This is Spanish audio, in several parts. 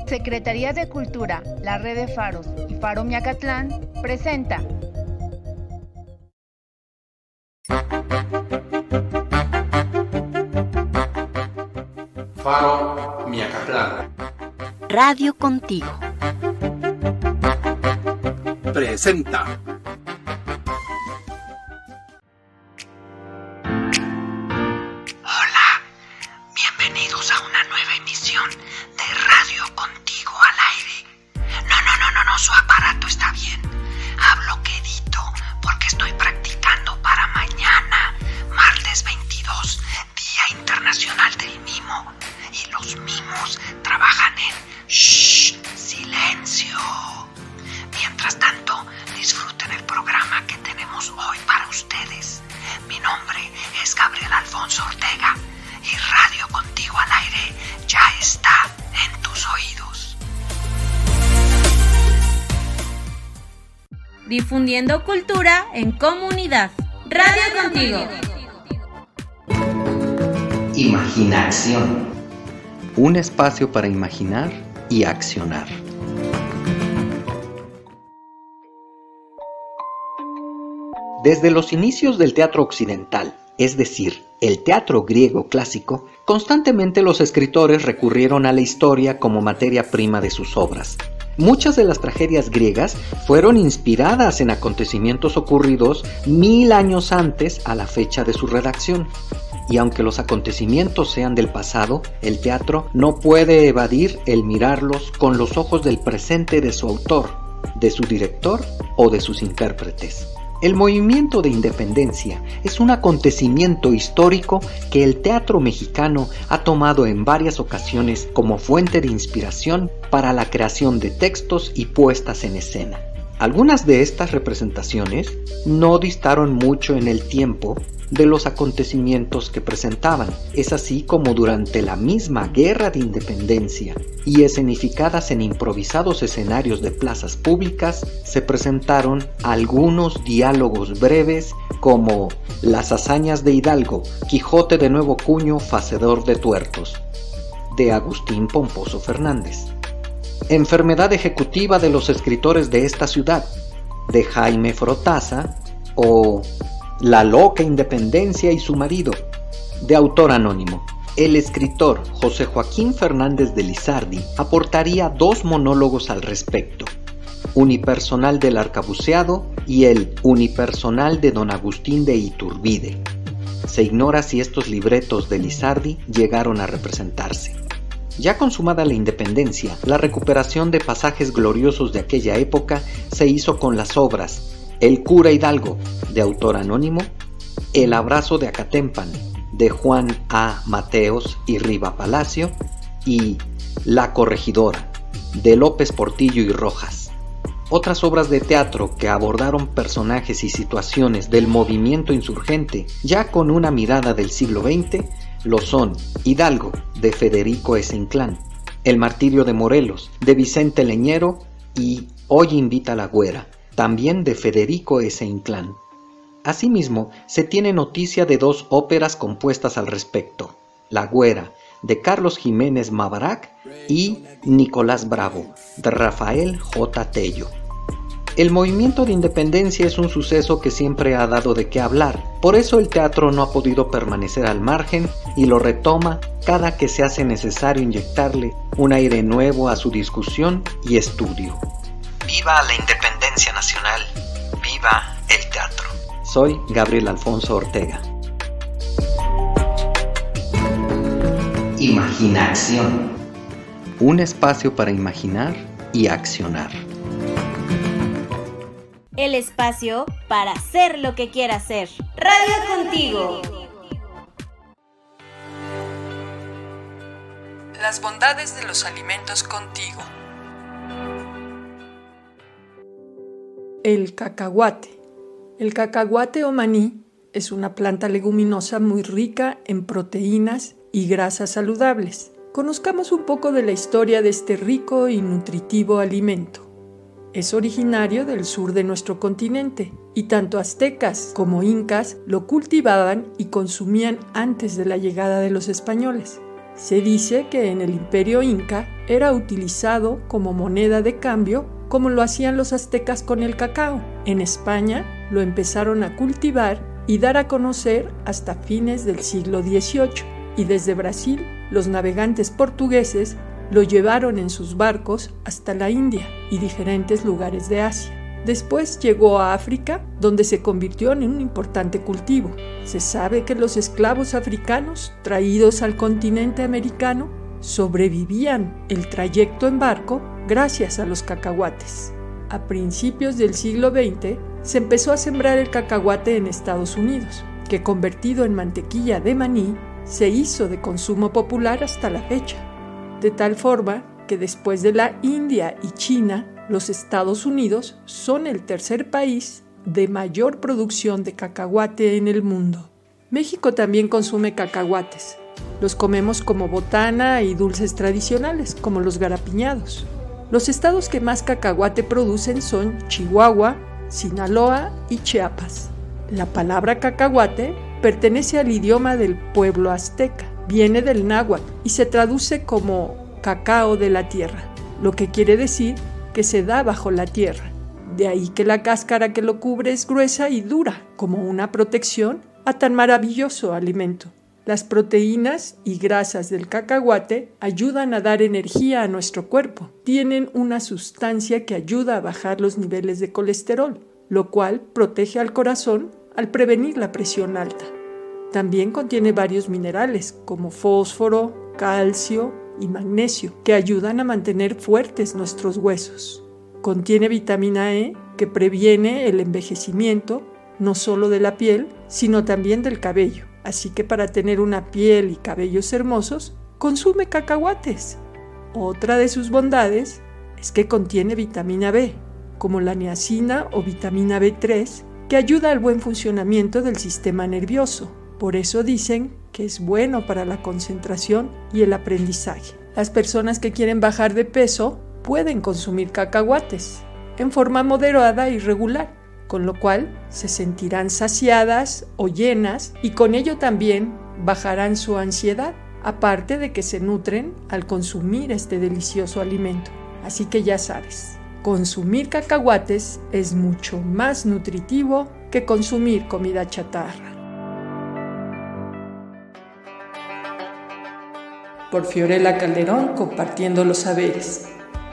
Secretaría de Cultura, la Red de Faros y Faro Miacatlán presenta Faro Miacatlán. Radio Contigo. Presenta. Hola, bienvenidos a una nueva emisión de Radio Contigo al aire. No, su aparato está bien. Hablo quedito porque estoy practicando para mañana, martes 22, Día Internacional del Mimo. Y los mimos trabajan en silencio. Mientras tanto, disfruten el programa que tenemos hoy para ustedes. Mi nombre es Gabriel Alfonso Ortega y Radio Contigo al aire ya está en tus oídos. Difundiendo cultura en comunidad. Radio Contigo. Imaginación. Un espacio para imaginar y accionar. Desde los inicios del teatro occidental, es decir, el teatro griego clásico, constantemente los escritores recurrieron a la historia como materia prima de sus obras. Muchas de las tragedias griegas fueron inspiradas en acontecimientos ocurridos 1000 años antes a la fecha de su redacción. Y aunque los acontecimientos sean del pasado, el teatro no puede evadir el mirarlos con los ojos del presente de su autor, de su director o de sus intérpretes. El movimiento de independencia es un acontecimiento histórico que el teatro mexicano ha tomado en varias ocasiones como fuente de inspiración para la creación de textos y puestas en escena. Algunas de estas representaciones no distaron mucho en el tiempo de los acontecimientos que presentaban. Es así como durante la misma Guerra de Independencia y escenificadas en improvisados escenarios de plazas públicas, se presentaron algunos diálogos breves como Las hazañas de Hidalgo, Quijote de nuevo cuño, facedor de tuertos, de Agustín Pomposo Fernández. Enfermedad ejecutiva de los escritores de esta ciudad, de Jaime Frotaza, o La loca independencia y su marido, de autor anónimo. El escritor José Joaquín Fernández de Lizardi aportaría 2 monólogos al respecto: Unipersonal del Arcabuceado y el Unipersonal de Don Agustín de Iturbide. Se ignora si estos libretos de Lizardi llegaron a representarse. Ya consumada la independencia, la recuperación de pasajes gloriosos de aquella época se hizo con las obras El cura Hidalgo, de autor anónimo, El abrazo de Acatempan, de Juan A. Mateos y Riva Palacio, y La corregidora, de López Portillo y Rojas. Otras obras de teatro que abordaron personajes y situaciones del movimiento insurgente, ya con una mirada del siglo XX, lo son Hidalgo, de Federico S. Inclán, El martirio de Morelos, de Vicente Leñero, y Hoy invita la güera, también de Federico S. Inclán. Asimismo, se tiene noticia de 2 óperas compuestas al respecto: La güera, de Carlos Jiménez Mabarac, y Nicolás Bravo, de Rafael J. Tello. El movimiento de independencia es un suceso que siempre ha dado de qué hablar, por eso el teatro no ha podido permanecer al margen y lo retoma cada que se hace necesario inyectarle un aire nuevo a su discusión y estudio. ¡Viva la independencia nacional! ¡Viva el teatro! Soy Gabriel Alfonso Ortega. Imaginación. Un espacio para imaginar y accionar. El espacio para hacer lo que quiera hacer. Radio Contigo. Las bondades de los alimentos contigo. El cacahuate. El cacahuate o maní es una planta leguminosa muy rica en proteínas y grasas saludables. Conozcamos un poco de la historia de este rico y nutritivo alimento. Es originario del sur de nuestro continente y tanto aztecas como incas lo cultivaban y consumían antes de la llegada de los españoles. Se dice que en el Imperio Inca era utilizado como moneda de cambio, como lo hacían los aztecas con el cacao. En España lo empezaron a cultivar y dar a conocer hasta fines del siglo XVIII, y desde Brasil los navegantes portugueses lo llevaron en sus barcos hasta la India y diferentes lugares de Asia. Después llegó a África, donde se convirtió en un importante cultivo. Se sabe que los esclavos africanos traídos al continente americano sobrevivían el trayecto en barco gracias a los cacahuates. A principios del siglo XX se empezó a sembrar el cacahuate en Estados Unidos, que convertido en mantequilla de maní se hizo de consumo popular hasta la fecha. De tal forma que después de la India y China, los Estados Unidos son el tercer país de mayor producción de cacahuate en el mundo. México también consume cacahuates. Los comemos como botana y dulces tradicionales, como los garapiñados. Los estados que más cacahuate producen son Chihuahua, Sinaloa y Chiapas. La palabra cacahuate pertenece al idioma del pueblo azteca. Viene del náhuatl y se traduce como cacao de la tierra, lo que quiere decir que se da bajo la tierra. De ahí que la cáscara que lo cubre es gruesa y dura, como una protección a tan maravilloso alimento. Las proteínas y grasas del cacahuate ayudan a dar energía a nuestro cuerpo. Tienen una sustancia que ayuda a bajar los niveles de colesterol, lo cual protege al corazón al prevenir la presión alta. También contiene varios minerales como fósforo, calcio y magnesio, que ayudan a mantener fuertes nuestros huesos. Contiene vitamina E, que previene el envejecimiento, no solo de la piel, sino también del cabello. Así que para tener una piel y cabellos hermosos, consume cacahuates. Otra de sus bondades es que contiene vitamina B, como la niacina o vitamina B3, que ayuda al buen funcionamiento del sistema nervioso. Por eso dicen que es bueno para la concentración y el aprendizaje. Las personas que quieren bajar de peso pueden consumir cacahuates en forma moderada y regular, con lo cual se sentirán saciadas o llenas y con ello también bajarán su ansiedad, aparte de que se nutren al consumir este delicioso alimento. Así que ya sabes, consumir cacahuates es mucho más nutritivo que consumir comida chatarra. Por Fiorella Calderón, compartiendo los saberes.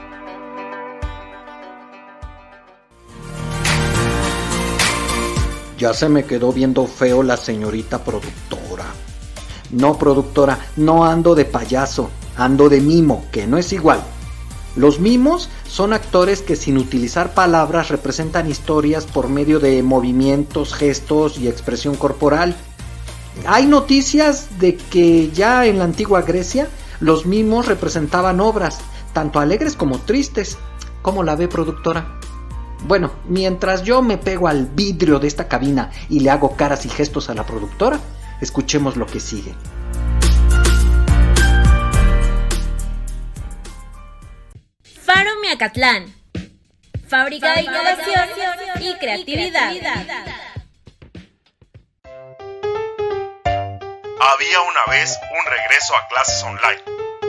Ya se me quedó viendo feo la señorita productora. No, productora, no ando de payaso, ando de mimo, que no es igual. Los mimos son actores que sin utilizar palabras representan historias por medio de movimientos, gestos y expresión corporal. Hay noticias de que ya en la antigua Grecia los mimos representaban obras, tanto alegres como tristes. ¿Cómo la ve, productora? Bueno, mientras yo me pego al vidrio de esta cabina y le hago caras y gestos a la productora, escuchemos lo que sigue. Faro Miacatlán, fábrica de innovación y creatividad. Había una vez un regreso a clases online.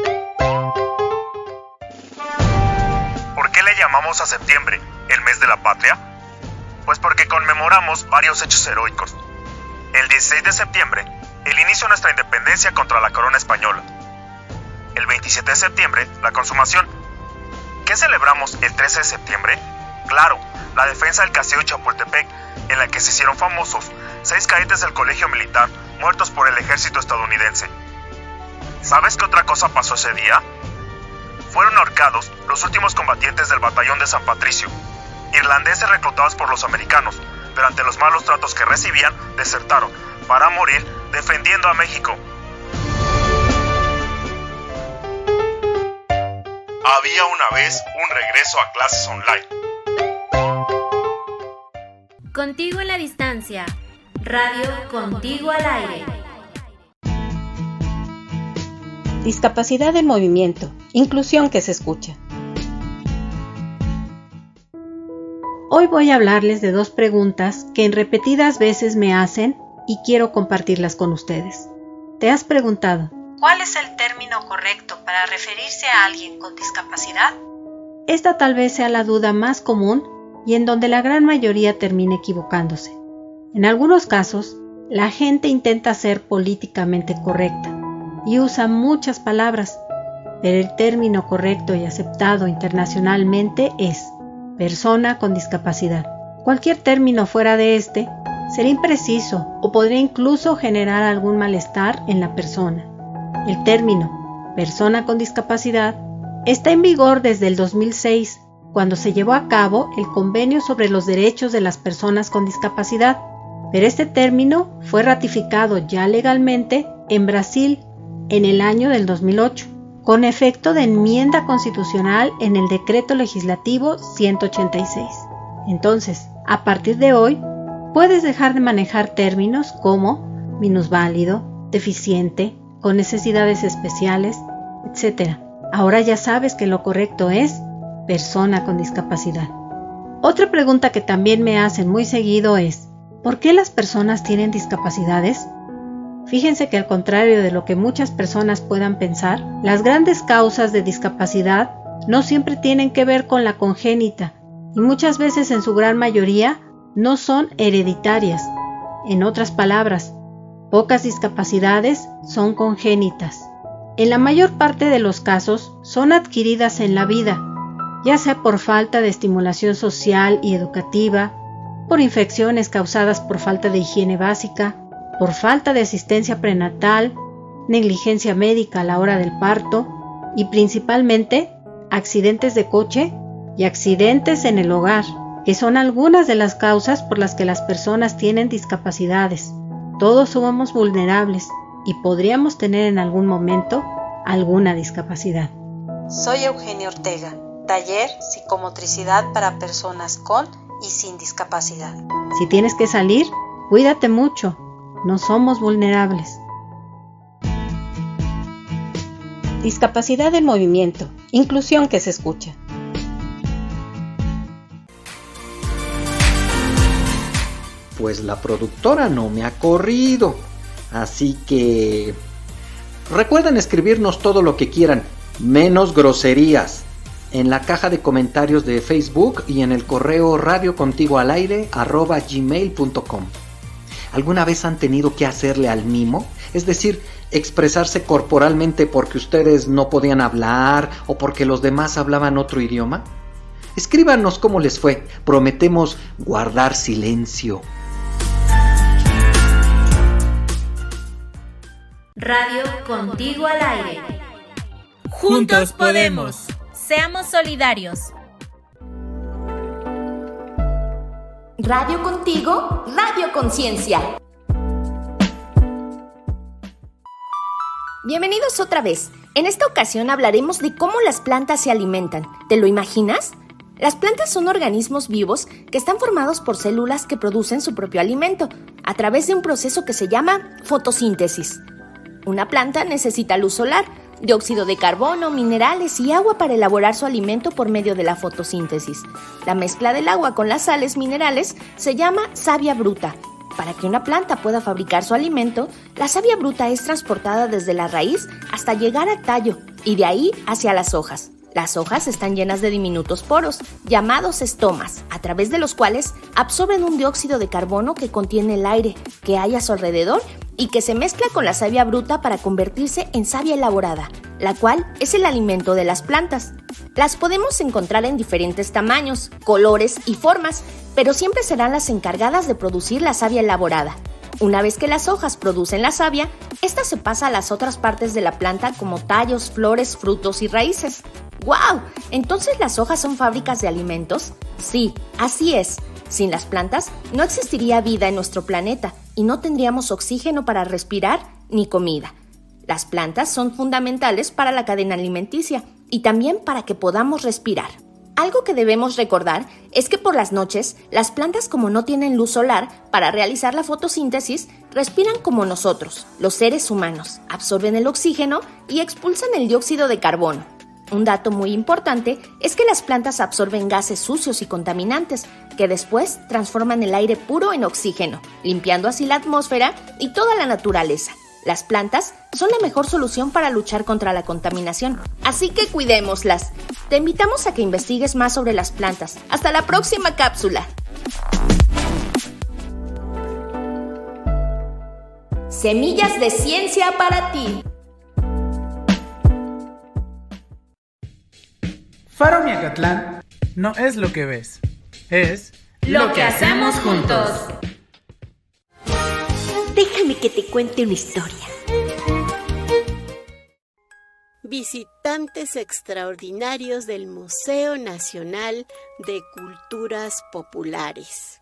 ¿Por qué le llamamos a septiembre el mes de la patria? Pues porque conmemoramos varios hechos heroicos. El 16 de septiembre, el inicio de nuestra independencia contra la corona española. El 27 de septiembre, la consumación. ¿Qué celebramos el 13 de septiembre? Claro, la defensa del castillo de Chapultepec, en la que se hicieron famosos 6 cadetes del colegio militar muertos por el ejército estadounidense. ¿Sabes qué otra cosa pasó ese día? Fueron ahorcados los últimos combatientes del batallón de San Patricio, irlandeses reclutados por los americanos, pero ante los malos tratos que recibían, desertaron para morir defendiendo a México. Había una vez un regreso a clases online. Contigo en la distancia. Radio Contigo al aire. Discapacidad en movimiento. Inclusión que se escucha. Hoy voy a hablarles de 2 preguntas que en repetidas veces me hacen y quiero compartirlas con ustedes. ¿Te has preguntado cuál es el término término correcto para referirse a alguien con discapacidad? Esta tal vez sea la duda más común y en donde la gran mayoría termina equivocándose. En algunos casos, la gente intenta ser políticamente correcta y usa muchas palabras, pero el término correcto y aceptado internacionalmente es persona con discapacidad. Cualquier término fuera de este sería impreciso o podría incluso generar algún malestar en la persona. El término persona con discapacidad está en vigor desde el 2006, cuando se llevó a cabo el Convenio sobre los Derechos de las Personas con Discapacidad, pero este término fue ratificado ya legalmente en Brasil en el año del 2008, con efecto de enmienda constitucional en el Decreto Legislativo 186. Entonces, a partir de hoy, puedes dejar de manejar términos como minusválido, deficiente, con necesidades especiales, etc. Ahora ya sabes que lo correcto es persona con discapacidad. Otra pregunta que también me hacen muy seguido es, ¿por qué las personas tienen discapacidades? Fíjense que al contrario de lo que muchas personas puedan pensar, las grandes causas de discapacidad no siempre tienen que ver con la congénita y muchas veces en su gran mayoría no son hereditarias. En otras palabras, pocas discapacidades son congénitas. En la mayor parte de los casos son adquiridas en la vida, ya sea por falta de estimulación social y educativa, por infecciones causadas por falta de higiene básica, por falta de asistencia prenatal, negligencia médica a la hora del parto y principalmente accidentes de coche y accidentes en el hogar, que son algunas de las causas por las que las personas tienen discapacidades. Todos somos vulnerables y podríamos tener en algún momento alguna discapacidad. Soy Eugenia Ortega, taller psicomotricidad para personas con y sin discapacidad. Si tienes que salir, cuídate mucho, no somos vulnerables. Discapacidad en movimiento, inclusión que se escucha. Pues la productora no me ha corrido, así que recuerden escribirnos todo lo que quieran, menos groserías, en la caja de comentarios de Facebook y en el correo radiocontigoalaire@gmail.com. ¿Alguna vez han tenido que hacerle al mimo? Es decir, expresarse corporalmente porque ustedes no podían hablar o porque los demás hablaban otro idioma. Escríbanos cómo les fue, prometemos guardar silencio. Radio Contigo al Aire. Juntos podemos. Seamos solidarios. Radio Contigo, Radio Conciencia. Bienvenidos otra vez. En esta ocasión hablaremos de cómo las plantas se alimentan. ¿Te lo imaginas? Las plantas son organismos vivos que están formados por células que producen su propio alimento a través de un proceso que se llama fotosíntesis. Una planta necesita luz solar, dióxido de carbono, minerales y agua para elaborar su alimento por medio de la fotosíntesis. La mezcla del agua con las sales minerales se llama savia bruta. Para que una planta pueda fabricar su alimento, la savia bruta es transportada desde la raíz hasta llegar al tallo y de ahí hacia las hojas. Las hojas están llenas de diminutos poros, llamados estomas, a través de los cuales absorben un dióxido de carbono que contiene el aire que hay a su alrededor y que se mezcla con la savia bruta para convertirse en savia elaborada, la cual es el alimento de las plantas. Las podemos encontrar en diferentes tamaños, colores y formas, pero siempre serán las encargadas de producir la savia elaborada. Una vez que las hojas producen la savia, esta se pasa a las otras partes de la planta como tallos, flores, frutos y raíces. ¡Guau! ¿Entonces las hojas son fábricas de alimentos? Sí, así es. Sin las plantas no existiría vida en nuestro planeta y no tendríamos oxígeno para respirar ni comida. Las plantas son fundamentales para la cadena alimenticia y también para que podamos respirar. Algo que debemos recordar es que por las noches, las plantas, como no tienen luz solar para realizar la fotosíntesis, respiran como nosotros, los seres humanos, absorben el oxígeno y expulsan el dióxido de carbono. Un dato muy importante es que las plantas absorben gases sucios y contaminantes, que después transforman el aire puro en oxígeno, limpiando así la atmósfera y toda la naturaleza. Las plantas son la mejor solución para luchar contra la contaminación, así que cuidémoslas. Te invitamos a que investigues más sobre las plantas. ¡Hasta la próxima cápsula! Semillas de ciencia para ti. Faro Miacatlán no es lo que ves, es lo que hacemos juntos. Déjame que te cuente una historia. Visitantes extraordinarios del Museo Nacional de Culturas Populares.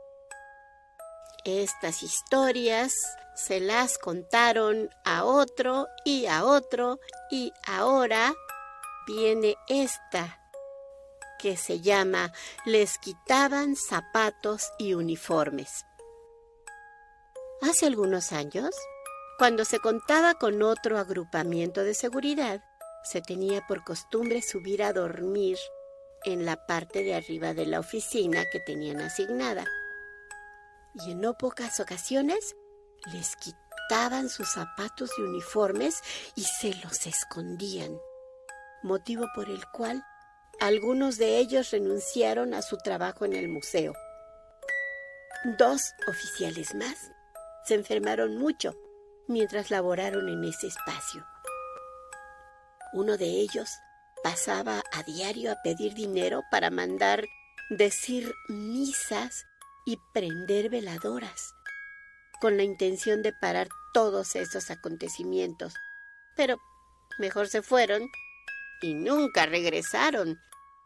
Estas historias se las contaron a otro, y ahora viene esta, que se llama Les quitaban zapatos y uniformes. Hace algunos años, cuando se contaba con otro agrupamiento de seguridad, se tenía por costumbre subir a dormir en la parte de arriba de la oficina que tenían asignada. Y en no pocas ocasiones les quitaban sus zapatos y uniformes y se los escondían, motivo por el cual algunos de ellos renunciaron a su trabajo en el museo. 2 oficiales más se enfermaron mucho mientras laboraron en ese espacio. Uno de ellos pasaba a diario a pedir dinero para mandar decir misas y prender veladoras, con la intención de parar todos esos acontecimientos. Pero mejor se fueron y nunca regresaron.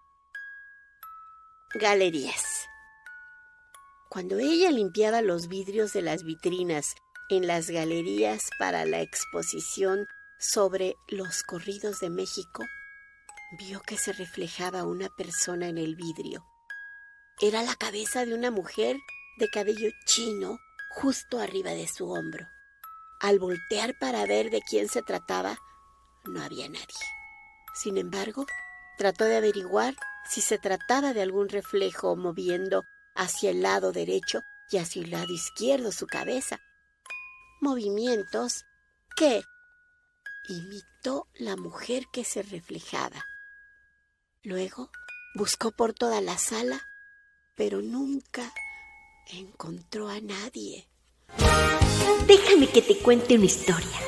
Galerías. Cuando ella limpiaba los vidrios de las vitrinas en las galerías para la exposición sobre los corridos de México, vio que se reflejaba una persona en el vidrio. Era la cabeza de una mujer de cabello chino justo arriba de su hombro. Al voltear para ver de quién se trataba, no había nadie. Sin embargo, trató de averiguar si se trataba de algún reflejo moviendo hacia el lado derecho y hacia el lado izquierdo su cabeza. Movimientos que imitó la mujer que se reflejaba. Luego buscó por toda la sala, pero nunca encontró a nadie. Déjame que te cuente una historia.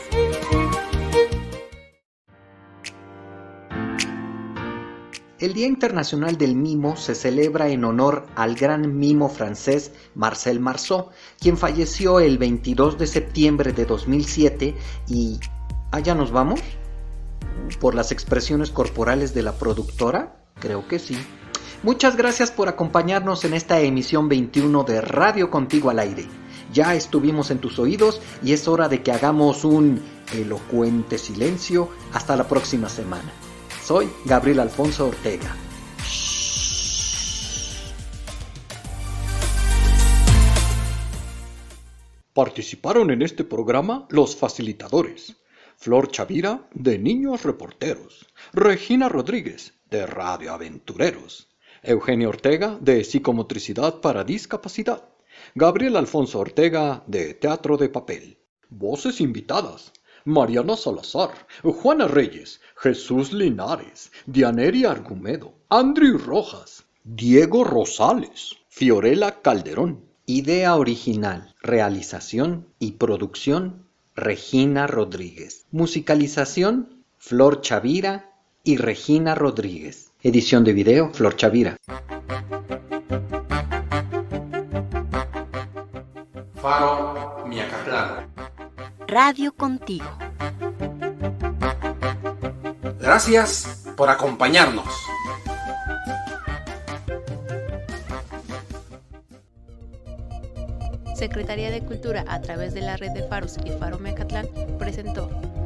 El Día Internacional del Mimo se celebra en honor al gran mimo francés Marcel Marceau, quien falleció el 22 de septiembre de 2007 y... ¿allá nos vamos? ¿Por las expresiones corporales de la productora? Creo que sí. Muchas gracias por acompañarnos en esta emisión 21 de Radio Contigo al Aire. Ya estuvimos en tus oídos y es hora de que hagamos un elocuente silencio hasta la próxima semana. Soy Gabriel Alfonso Ortega. Participaron en este programa los facilitadores: Flor Chavira, de Niños Reporteros; Regina Rodríguez, de Radio Aventureros; Eugenio Ortega, de Psicomotricidad para Discapacidad; Gabriel Alfonso Ortega, de Teatro de Papel. Voces invitadas: Mariana Salazar, Juana Reyes, Jesús Linares, Dianeria Argumedo, Andrew Rojas, Diego Rosales, Fiorella Calderón. Idea original, realización y producción, Regina Rodríguez. Musicalización, Flor Chavira y Regina Rodríguez. Edición de video, Flor Chavira. Faro Miacatlán. Radio Contigo. Gracias por acompañarnos. Secretaría de Cultura, a través de la red de Faros y Faro Miacatlán, presentó